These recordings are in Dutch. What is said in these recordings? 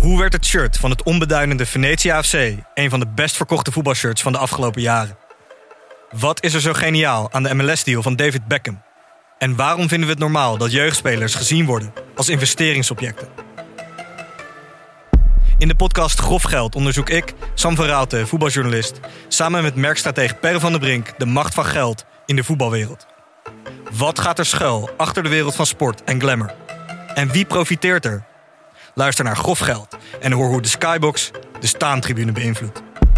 Hoe werd het shirt van het onbeduidende Venetia FC een van de best verkochte voetbalshirts van de afgelopen jaren? Wat is er zo geniaal aan de MLS-deal van David Beckham? En waarom vinden we het normaal dat jeugdspelers gezien worden als investeringsobjecten? In de podcast Grof Geld onderzoek ik, Sam van Raalte, voetbaljournalist, samen met merkstratege Per van der Brink de macht van geld in de voetbalwereld. Wat gaat er schuil achter de wereld van sport en glamour? En wie profiteert er? Luister naar Grof Geld en hoor hoe de Skybox de staantribune beïnvloedt.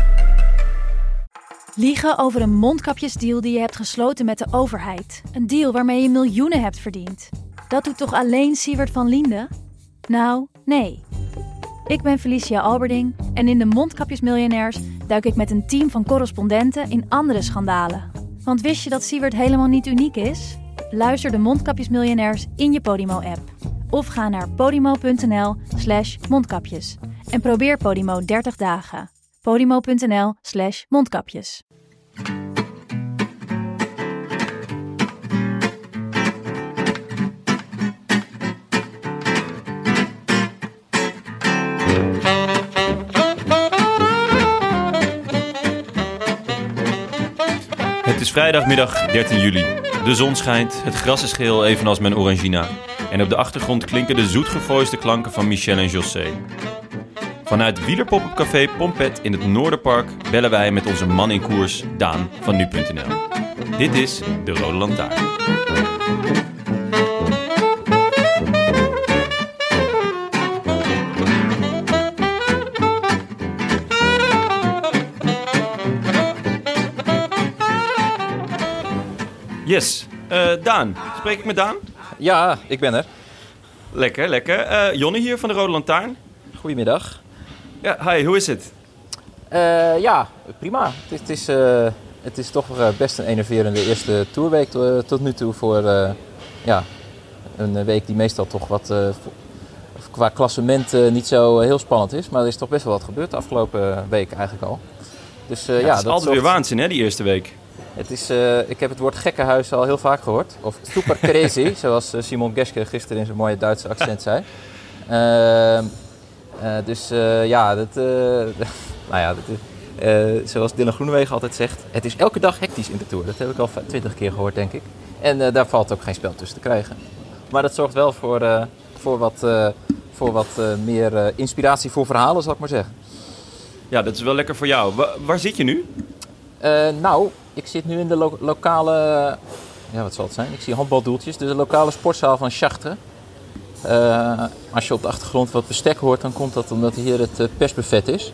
Liegen over een mondkapjesdeal die je hebt gesloten met de overheid. Een deal waarmee je miljoenen hebt verdiend. Dat doet toch alleen Siewert van Liende? Nou, nee. Ik ben Felicia Alberding en in de Mondkapjesmiljonairs duik ik met een team van correspondenten in andere schandalen. Want wist je dat Siewert helemaal niet uniek is? Luister de Mondkapjesmiljonairs in je Podimo-app. Of ga naar podimo.nl/mondkapjes. En probeer Podimo 30 dagen. podimo.nl/mondkapjes. Het is vrijdagmiddag 13 juli. De zon schijnt, het gras is geel evenals mijn Orangina. En op de achtergrond klinken de zoetgevoiste klanken van Michel en José. Vanuit wielerpop-up café Pompet in het Noorderpark bellen wij met onze man in koers, Daan van nu.nl. Dit is de Rode Lantaarn. Yes, Daan. Spreek ik met Daan? Ja, ik ben er. Lekker, lekker. Jonne hier van de Rode Lantaarn. Goedemiddag. Ja, hi, hoe is het? Ja, prima. Het is toch best een enerverende eerste tourweek tot nu toe voor een week die meestal toch wat qua klassement niet zo heel spannend is. Maar er is toch best wel wat gebeurd de afgelopen week eigenlijk al. Dus, het is altijd weer waanzin, hè, die eerste week. Het is, ik heb het woord gekkenhuis al heel vaak gehoord. Of super crazy, zoals Simon Geschke gisteren in zijn mooie Duitse accent zei. Zoals Dylan Groenewegen altijd zegt, het is elke dag hectisch in de Tour. Dat heb ik al 20 keer gehoord, denk ik. En daar valt ook geen spel tussen te krijgen. Maar dat zorgt wel voor wat meer inspiratie voor verhalen, zal ik maar zeggen. Ja, dat is wel lekker voor jou. Waar zit je nu? Ik zit nu in de lokale... Ja, wat zal het zijn? Ik zie handbaldoeltjes. Dus de lokale sportzaal van Chartres. Als je op de achtergrond wat bestek hoort, dan komt dat omdat hier het persbuffet is.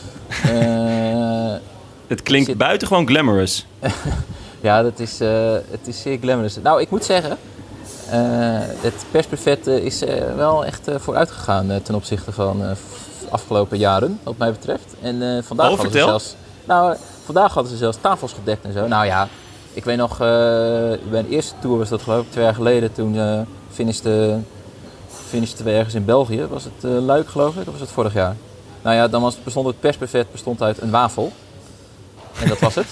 Het klinkt buitengewoon glamorous. Ja, het is zeer glamorous. Nou, ik moet zeggen, het persbuffet is wel echt vooruit gegaan ten opzichte van de afgelopen jaren, wat mij betreft. En vandaag hadden ze zelfs tafels gedekt en zo. Nou ja, ik weet nog, bij de eerste tour was dat geloof ik 2 jaar geleden. Toen finishten we ergens in België. Was het Luik geloof ik, of was het vorig jaar? Nou ja, dan bestond het persbuffet uit een wafel. En dat was het.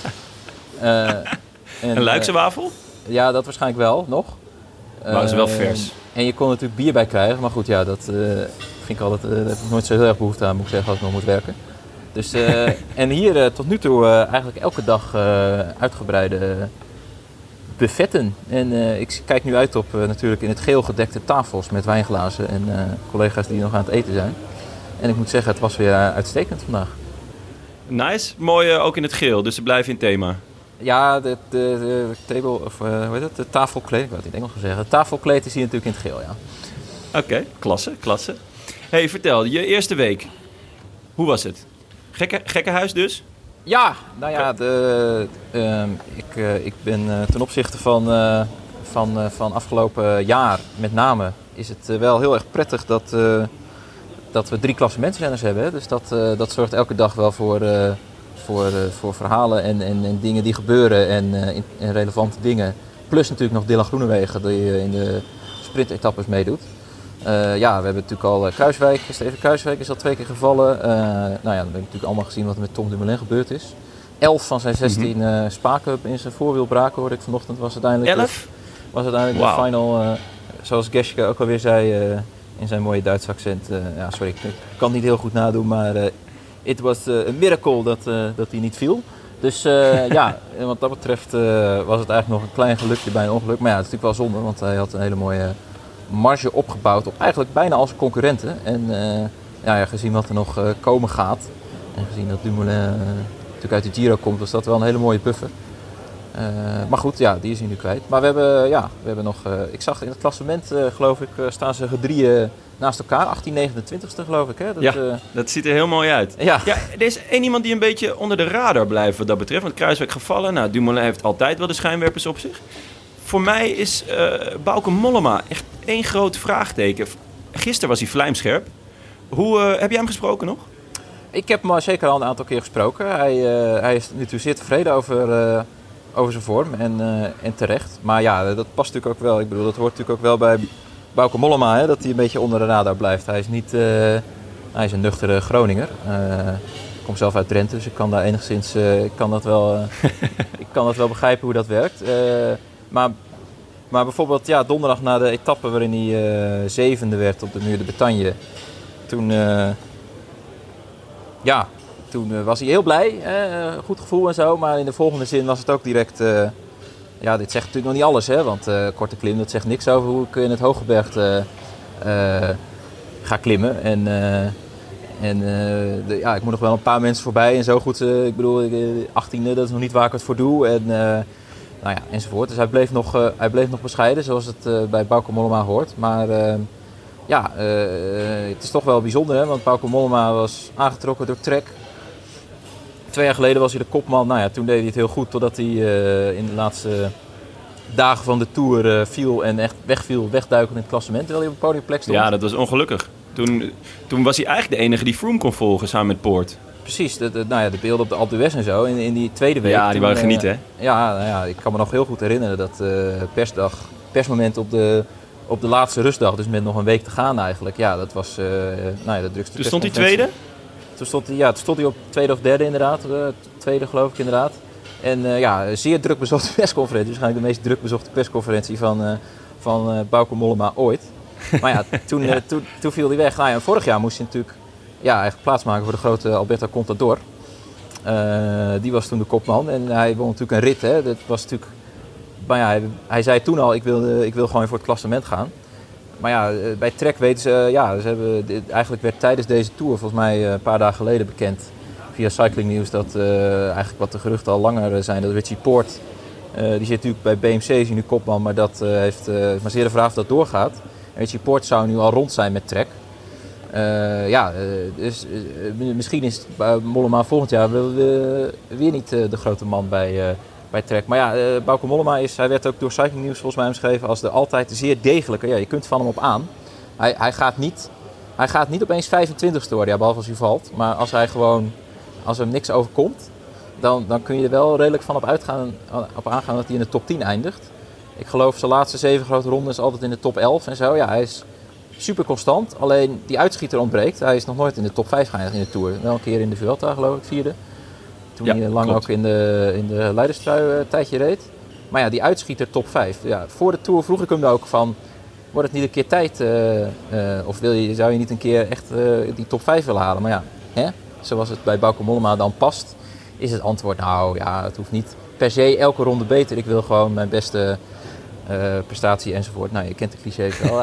Een Luikse wafel? Ja, dat waarschijnlijk wel, nog. Maar is wel vers. En je kon er natuurlijk bier bij krijgen. Maar goed, ja, dat vind ik altijd, daar heb ik nooit zo heel erg behoefte aan, moet ik zeggen, als ik nog moet werken. Dus, en hier tot nu toe eigenlijk elke dag uitgebreide buffetten. En ik kijk nu uit op natuurlijk in het geel gedekte tafels met wijnglazen en collega's die nog aan het eten zijn. En ik moet zeggen, het was weer uitstekend vandaag. Nice. Mooi ook in het geel, dus ze blijven in thema. Ja, de tafelkleed, ik wou het in het Engels zeggen. Het tafelkleed is hier natuurlijk in het geel, ja. Oké, klasse. Hey, vertel, je eerste week. Hoe was het? Gekkenhuis dus? Ja, nou ja, ik ben ten opzichte van afgelopen jaar met name is het wel heel erg prettig dat we 3 klassementsrenners hebben. Hè? Dus dat zorgt elke dag wel voor verhalen en dingen die gebeuren en relevante dingen. Plus natuurlijk nog Dylan Groenewegen die in de sprintetappes meedoet. We hebben natuurlijk al Steven Kruiswijk is al 2 keer gevallen. Dan hebben we natuurlijk allemaal gezien wat er met Tom Dumoulin gebeurd is. 11 van zijn 16 spaken in zijn voorwiel braken, hoorde ik vanochtend. Was uiteindelijk 11? Was uiteindelijk de final, zoals Geschke ook alweer zei, in zijn mooie Duitse accent. Sorry, ik kan het niet heel goed nadoen, maar it was a miracle dat hij niet viel. Dus en wat dat betreft was het eigenlijk nog een klein gelukje bij een ongeluk. Maar ja, het is natuurlijk wel zonde, want hij had een hele mooie marge opgebouwd op eigenlijk bijna al zijn concurrenten. En gezien wat er nog komen gaat en gezien dat Dumoulin natuurlijk uit de Giro komt, was dat wel een hele mooie buffer. Maar goed, die is hij nu kwijt. Maar we hebben nog, ik zag in het klassement geloof ik, staan ze gedrieën naast elkaar. 18-29ste geloof ik. Hè? Dat ziet er heel mooi uit. Ja, er is één iemand die een beetje onder de radar blijft wat dat betreft. Want Kruijswijk gevallen. Nou, Dumoulin heeft altijd wel de schijnwerpers op zich. Voor mij is Bauke Mollema echt één groot vraagteken. Gisteren was hij vlijmscherp. Heb jij hem gesproken nog? Ik heb hem zeker al een aantal keer gesproken. Hij is nu zeer tevreden over zijn vorm en terecht. Maar ja, dat past natuurlijk ook wel. Ik bedoel, dat hoort natuurlijk ook wel bij Bauke Mollema, hè, dat hij een beetje onder de radar blijft. Hij is niet, hij is een nuchtere Groninger. Ik kom zelf uit Drenthe, dus ik kan daar enigszins, ik kan dat wel begrijpen hoe dat werkt. Maar bijvoorbeeld, donderdag na de etappe waarin hij zevende werd op de Muur de Bretagne, toen was hij heel blij, goed gevoel en zo. Maar in de volgende zin was het ook direct... dit zegt natuurlijk nog niet alles, hè. Want korte klim, dat zegt niks over hoe ik in het Hooggebergte ga klimmen. Ik moet nog wel een paar mensen voorbij en zo goed. Ik bedoel, 18e, dat is nog niet waar ik het voor doe. Enzovoort. Dus hij bleef nog bescheiden, zoals het bij Bauke Mollema hoort. Maar... het is toch wel bijzonder, hè? Want Bauke Mollema was aangetrokken door Trek. 2 jaar geleden was hij de kopman. Toen deed hij het heel goed, totdat hij in de laatste dagen van de Tour viel en echt wegduikend in het klassement, terwijl hij op een podiumplek stond. Ja, dat was ongelukkig. Toen was hij eigenlijk de enige die Froome kon volgen samen met Poort. Precies, de beelden op de Alpe d'Huez en zo in die tweede week. Ja, die waren genieten, hè? Ik kan me nog heel goed herinneren dat persmoment op de laatste rustdag, dus met nog een week te gaan eigenlijk. Ja, dat was de drukste. Toen stond hij tweede? Toen stond hij op tweede of derde inderdaad. Tweede geloof ik inderdaad. En zeer druk bezochte persconferentie. Waarschijnlijk de meest druk bezochte persconferentie van Bauke Mollema ooit. Maar toen viel hij weg. En vorig jaar moest hij natuurlijk eigenlijk plaatsmaken voor de grote Alberto Contador. Die was toen de kopman en hij won natuurlijk een rit. Hè. Dat was natuurlijk... Maar hij zei toen al, ik wil gewoon voor het klassement gaan. Maar bij Trek weten ze, eigenlijk werd tijdens deze Tour, volgens mij een paar dagen geleden bekend, via Cycling News, dat eigenlijk wat de geruchten al langer zijn, dat Richie Porte, die zit natuurlijk bij BMC, is hij nu kopman, maar dat heeft maar zeer de vraag of dat doorgaat. En Richie Porte zou nu al rond zijn met Trek. Dus misschien is Mollema volgend jaar weer niet de grote man bij Trek. Maar Bauke Mollema hij werd ook door Cycling News volgens mij omschreven als de altijd zeer degelijke. Ja, je kunt van hem op aan. Hij gaat niet opeens 25ste worden, behalve als hij valt. Maar als er hem niks overkomt, dan kun je er wel redelijk van op aangaan dat hij in de top 10 eindigt. Ik geloof zijn laatste 7 grote rondes altijd in de top 11 en zo. Ja, hij is super constant. Alleen die uitschieter ontbreekt. Hij is nog nooit in de top 5 geëindigd in de Tour. Wel een keer in de Vuelta, geloof ik, 4e. Toen hij lang klopt. Ook in de Leiderstrui tijdje reed. Maar die uitschieter top 5. Ja, voor de Tour vroeg ik hem ook van... Wordt het niet een keer tijd? Of zou je niet een keer echt die top 5 willen halen? Maar zoals het bij Bauke Mollema dan past... is het antwoord, het hoeft niet per se elke ronde beter. Ik wil gewoon mijn beste prestatie enzovoort. Je kent de clichés wel.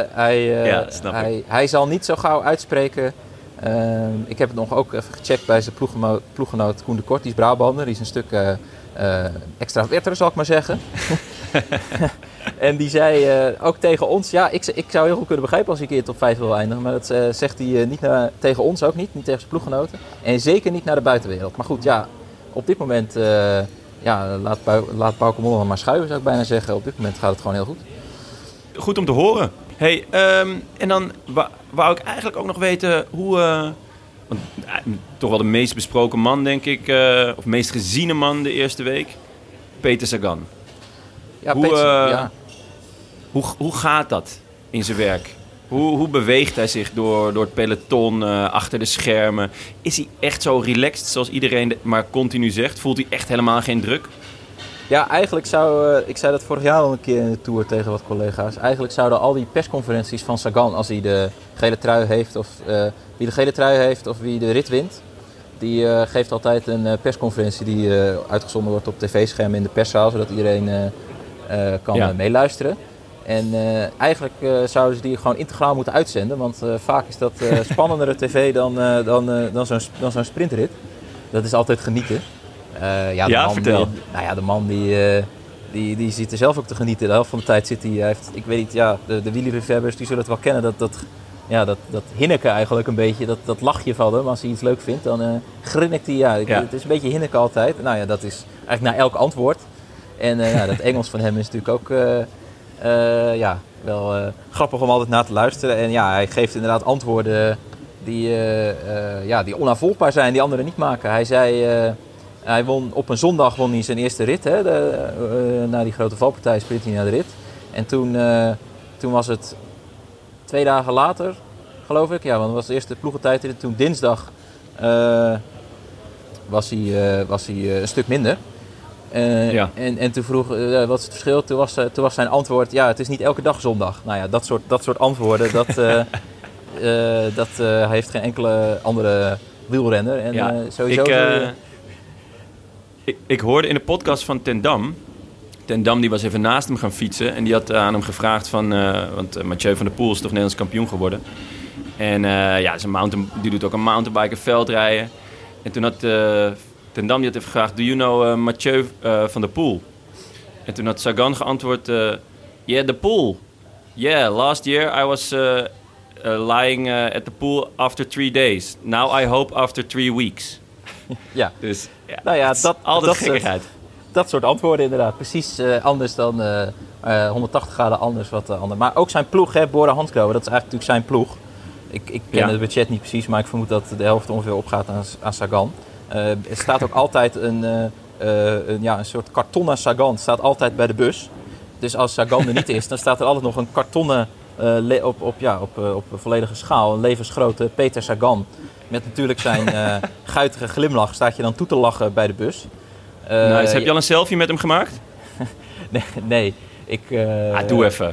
Hij zal niet zo gauw uitspreken... ik heb het nog ook even gecheckt bij zijn ploeggenoot Koen de Kort. Die is Brabander, die is een stuk extra wetter, zal ik maar zeggen. En die zei ook tegen ons... ik zou heel goed kunnen begrijpen als hij een keer top 5 wil eindigen. Maar dat zegt hij niet tegen ons ook niet tegen zijn ploeggenoten. En zeker niet naar de buitenwereld. Maar goed, op dit moment... laat Bauke Mollema maar schuiven, zou ik bijna zeggen. Op dit moment gaat het gewoon heel goed. Goed om te horen. Hey, en dan wou ik eigenlijk ook nog weten hoe... want, toch wel de meest besproken man, denk ik. Of meest geziene man de eerste week. Peter Sagan. Ja, hoe gaat dat in zijn werk? Hoe beweegt hij zich door het peloton, achter de schermen? Is hij echt zo relaxed zoals iedereen maar continu zegt? Voelt hij echt helemaal geen druk? Ja, eigenlijk ik zei dat vorig jaar al een keer in de Tour tegen wat collega's. Eigenlijk zouden al die persconferenties van Sagan, als hij de gele trui heeft of wie de gele trui heeft of wie de rit wint, die geeft altijd een persconferentie die uitgezonden wordt op tv-schermen in de perszaal, zodat iedereen kan meeluisteren. En eigenlijk zouden ze die gewoon integraal moeten uitzenden, want vaak is dat spannendere tv dan zo'n sprintrit. Dat is altijd genieten. Vertel. De man die zit er zelf ook te genieten. De helft van de tijd zit hij ik weet niet, de wielerliefhebbers die zullen het wel kennen. Dat hinneken eigenlijk een beetje, dat lachje van hem. Als hij iets leuk vindt, dan grinnikt hij. Het is een beetje hinneken altijd. Nou ja, dat is eigenlijk na elk antwoord. En dat Engels van hem is natuurlijk ook wel grappig om altijd naar te luisteren. En ja, hij geeft inderdaad antwoorden die onafvolgbaar zijn, die anderen niet maken. Hij zei... Hij won op een zondag zijn eerste rit. Na die grote valpartij sprint hij naar de rit. En toen was het 2 dagen later, geloof ik. Ja, want het was de eerste ploegentijdrit. Toen dinsdag was hij een stuk minder. En toen vroeg, wat is het verschil? Toen was zijn antwoord, het is niet elke dag zondag. Nou ja, dat soort antwoorden, dat heeft geen enkele andere wielrenner. En sowieso... Ik hoorde in de podcast van Ten Dam, die was even naast hem gaan fietsen. En die had aan hem gevraagd want Mathieu van der Poel is toch Nederlands kampioen geworden. En die doet ook een mountainbiker veldrijden. En toen had Ten Dam die had even gevraagd, do you know Mathieu van der Poel? En toen had Sagan geantwoord, yeah, the pool. Yeah, last year I was lying at the pool after 3 days. Now I hope after 3 weeks. Ja, dus altijd gekkigheid. Dat soort antwoorden inderdaad. Precies anders dan 180 graden anders wat ander. Maar ook zijn ploeg, Bora Hansgrohe, dat is eigenlijk natuurlijk zijn ploeg. Ik ken het budget niet precies, maar ik vermoed dat de helft ongeveer opgaat aan Sagan. Er staat ook altijd een soort kartonnen Sagan staat altijd bij de bus. Dus als Sagan er niet is, dan staat er altijd nog een kartonnen op volledige schaal, een levensgrote Peter Sagan. Met natuurlijk zijn guitige glimlach staat je dan toe te lachen bij de bus. Nice. Heb je al een selfie met hem gemaakt? Nee. Doe even.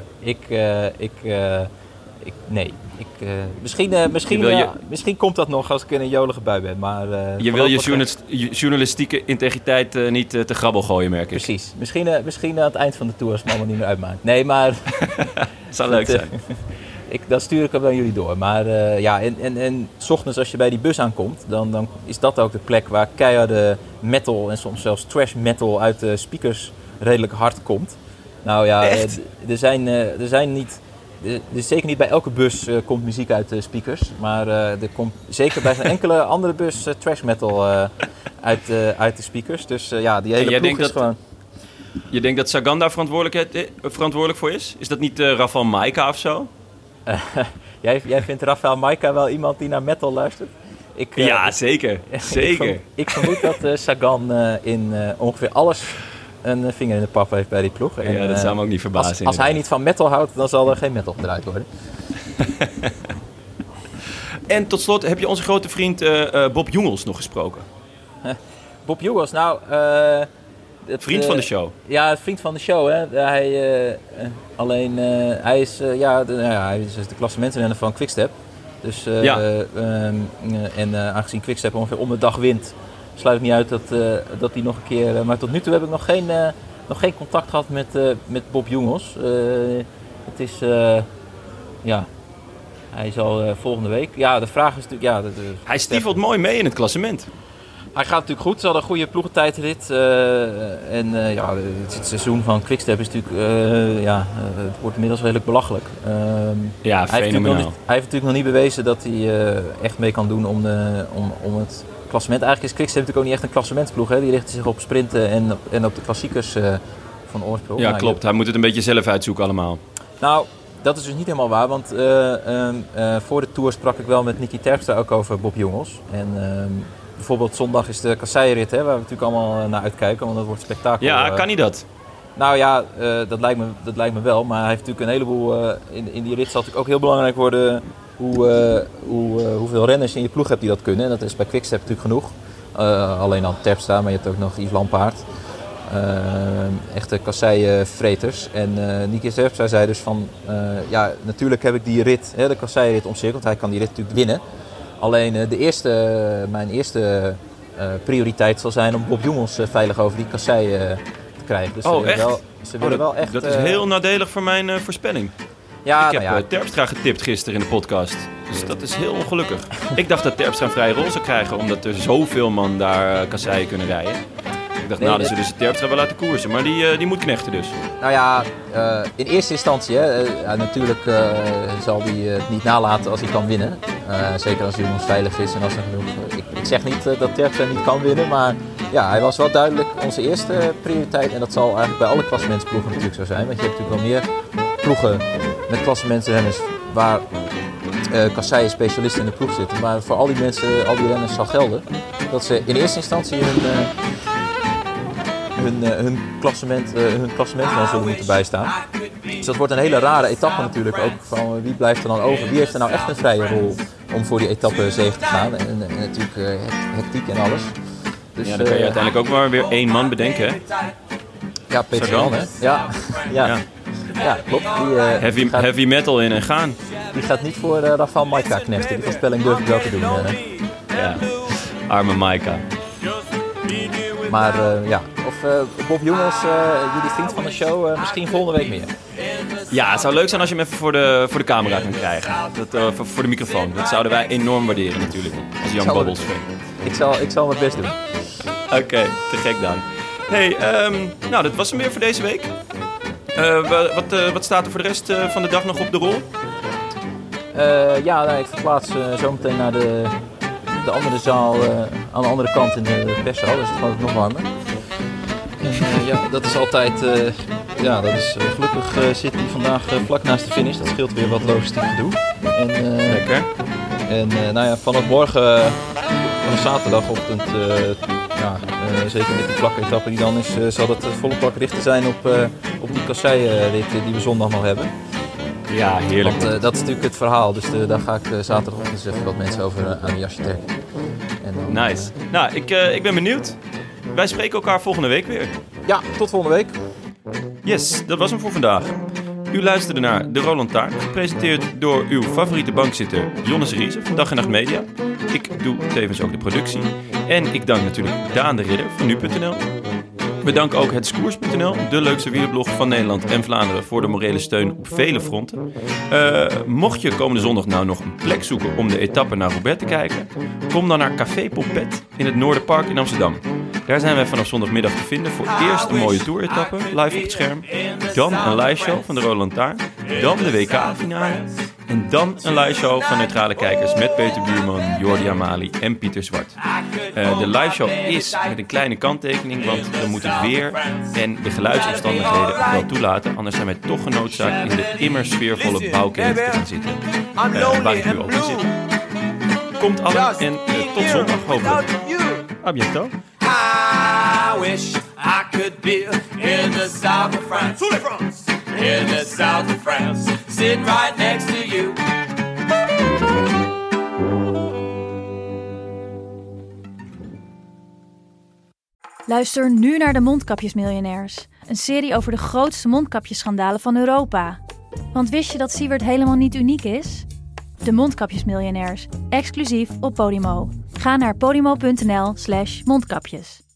Misschien komt dat nog als ik in een jolige bui ben. Maar, je wil je journalistieke integriteit niet te grabbel gooien, merk ik. Precies. Misschien aan het eind van de tour als het me allemaal niet meer uitmaakt. Nee, maar... Het zou leuk zijn. Dan stuur ik hem aan jullie door. Maar en 's ochtends als je bij die bus aankomt, dan is dat ook de plek waar keiharde metal en soms zelfs trash metal uit de speakers redelijk hard komt. Nou ja, er zijn niet... Dus zeker niet bij elke bus komt muziek uit de speakers. Maar er komt zeker bij geen enkele andere bus trash metal uit de speakers. Dus die hele ploeg is gewoon... Je denkt dat Sagan daar verantwoordelijk voor is? Is dat niet Rafael Majka of zo? Jij vindt Rafael Majka wel iemand die naar metal luistert? Ja, zeker. Zeker. Ik vermoed dat Sagan in ongeveer alles een vinger in de pap heeft bij die ploeg. En, dat zou me ook niet verbazen. Als hij niet van metal houdt, dan zal er geen metal gedraaid worden. En tot slot, heb je onze grote vriend Bob Jungels nog gesproken? Bob Jungels, vriend van de show. Ja, vriend van de show. Hè. Hij is de klassementsrenner van Quickstep. Dus, aangezien Quickstep ongeveer om de dag wint, sluit ik niet uit dat hij nog een keer... maar tot nu toe heb ik nog geen contact gehad met Bob Jungels. Het is... hij zal volgende week... Ja, de vraag is natuurlijk... hij stiefelt mooi mee in het klassement. Hij gaat natuurlijk goed. Ze hadden een goede ploegentijdrit. Het seizoen van Quickstep is natuurlijk... het wordt inmiddels redelijk belachelijk. Fenomenaal. Hij heeft natuurlijk nog niet bewezen dat hij echt mee kan doen om het klassement. Eigenlijk is Quickstep natuurlijk ook niet echt een klassementsploeg. Hè? Die richt zich op sprinten en op de klassiekers van oorsprong. Ja, klopt. Hij moet het een beetje zelf uitzoeken allemaal. Nou, dat is dus niet helemaal waar. Want voor de Tour sprak ik wel met Nicky Terpstra ook over Bob Jungels. En... bijvoorbeeld zondag is de kasseienrit, waar we natuurlijk allemaal naar uitkijken, want dat wordt spektakel. Ja, kan hij dat? Nou ja, dat lijkt me wel. Maar hij heeft natuurlijk een heleboel... in die rit zal natuurlijk ook heel belangrijk worden hoeveel renners in je ploeg hebt die dat kunnen. En dat is bij Quickstep natuurlijk genoeg. Alleen dan Terpstra, maar je hebt ook nog Yves Lampaert. Echte kasseienvreters. En Niki Terpstra zei dus van... natuurlijk heb ik die rit, de kasseienrit omcirkeld. Hij kan die rit natuurlijk winnen. Alleen mijn eerste prioriteit zal zijn om Bob Jungels veilig over die kassei te krijgen. Dus ze willen wel echt... Dat is heel nadelig voor mijn voorspelling. Ja, ik heb Terpstra getipt gisteren in de podcast. Dus dat is heel ongelukkig. Ik dacht dat Terpstra een vrije rol zou krijgen, omdat er zoveel man daar kasseien kunnen rijden. Ik dacht, dan zullen ze Terpstra wel laten koersen. Maar die moet knechten dus. Nou ja, in eerste instantie, natuurlijk zal hij het niet nalaten als hij kan winnen. Zeker als Jungels veilig is en als er genoeg... Ik zeg niet dat Terpstra niet kan winnen, maar ja, hij was wel duidelijk onze eerste prioriteit. En dat zal eigenlijk bij alle klassementsploegen natuurlijk zo zijn. Want je hebt natuurlijk wel meer ploegen met klassementsrenners waar kasseien specialisten in de ploeg zitten. Maar voor al die mensen, al die renners zal gelden dat ze in eerste instantie hun klassement wel zullen moeten bijstaan. Dus dat wordt een hele rare etappe natuurlijk. Ook van wie blijft er dan over? Wie heeft er nou echt een vrije rol om voor die etappe zege te gaan? En natuurlijk hectiek en alles. Dus, dan kan je uiteindelijk ook maar weer 1 man bedenken, hè? Ja, Peter Jan, hè? Ja, klopt. Die, heavy metal in en gaan. Die gaat niet voor Rafael Majka knechten. Die voorspelling durf ik wel te doen. Ja, arme Majka. Maar of Bob Jungels, jullie vriend van de show, misschien volgende week meer. Ja, het zou leuk zijn als je hem even voor de camera kan krijgen. Voor de microfoon. Dat zouden wij enorm waarderen natuurlijk. Als Jan Babbels vindt. Ik zal mijn best doen. Oké, te gek dan. Hey, dat was hem weer voor deze week. Wat staat er voor de rest van de dag nog op de rol? Ik verplaats zometeen naar de andere zaal aan de andere kant in de perszaal. Dus het gaat nog warmer. En, dat is altijd... gelukkig zit hij vandaag vlak naast de finish. Dat scheelt weer wat logistiek gedoe. Lekker. En vanaf morgen, vanaf zaterdagochtend, zeker met die plaketappe die dan is, zal het volle plak richten zijn op die kasseienrit die we zondag nog hebben. Ja, heerlijk. Want dat is natuurlijk het verhaal. Dus daar ga ik zaterdagochtend eens even wat mensen over aan een jasje trekken. En dan, nice. Ik ben benieuwd. Wij spreken elkaar volgende week weer. Ja, tot volgende week. Yes, dat was hem voor vandaag. U luisterde naar De Roland Taart, gepresenteerd door uw favoriete bankzitter Jonnes Riese van Dag en Nacht Media. Ik doe tevens ook de productie. En ik dank natuurlijk Daan de Ridder van nu.nl. We danken ook hetskoers.nl, de leukste wielerblog van Nederland en Vlaanderen, voor de morele steun op vele fronten. Mocht je komende zondag nou nog een plek zoeken om de etappe naar Roubaix te kijken, kom dan naar Café Pompet in het Noorderpark in Amsterdam. Daar zijn wij vanaf zondagmiddag te vinden voor eerst een mooie toeretappe, live op het scherm. Dan een live show van de Roland Taart. Dan de WK-finale. En dan een live show van neutrale kijkers met Peter Buurman, Jordi Amali en Pieter Zwart. De live show is met een kleine kanttekening, want dan moet het weer en de geluidsomstandigheden wel toelaten. Anders zijn wij toch genoodzaakt in de immer sfeervolle bouwketen te gaan zitten. Waar ik nu ook in zit. Komt allen en tot zondag hopelijk. A bientôt. I wish I could be in the south of France. In the south of France, sitting right next to you. Luister nu naar de Mondkapjesmiljonairs. Een serie over de grootste mondkapjesschandalen van Europa. Want wist je dat Siewert helemaal niet uniek is? De Mondkapjesmiljonairs, exclusief op Podimo. Ga naar podimo.nl/mondkapjes.